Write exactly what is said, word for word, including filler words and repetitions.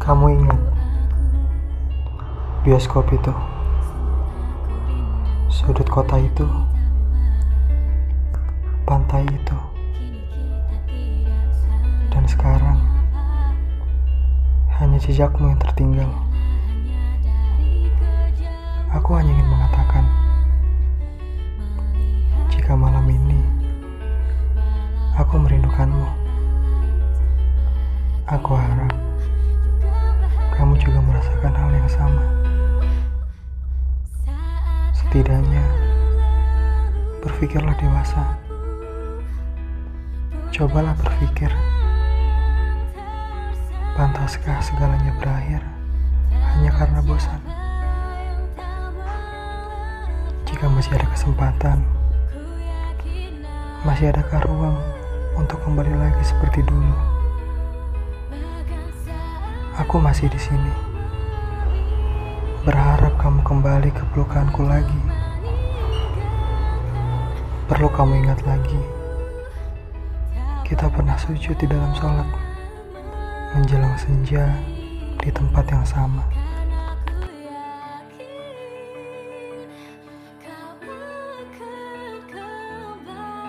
Kamu ingat bioskop itu, sudut kota itu, pantai itu, dan sekarang hanya jejakmu yang tertinggal. Aku hanya ingin mengatakan, jika malam ini aku merindukanmu, aku harap kamu juga merasakan hal yang sama. Setidaknya, berpikirlah dewasa. Cobalah berpikir, pantaskah segalanya berakhir hanya karena bosan? Jika masih ada kesempatan, masih adakah ruang untuk kembali lagi seperti dulu? Aku masih di sini, berharap kamu kembali ke pelukanku lagi. Perlu kamu ingat lagi, kita pernah sujud di dalam sholat menjelang senja di tempat yang sama.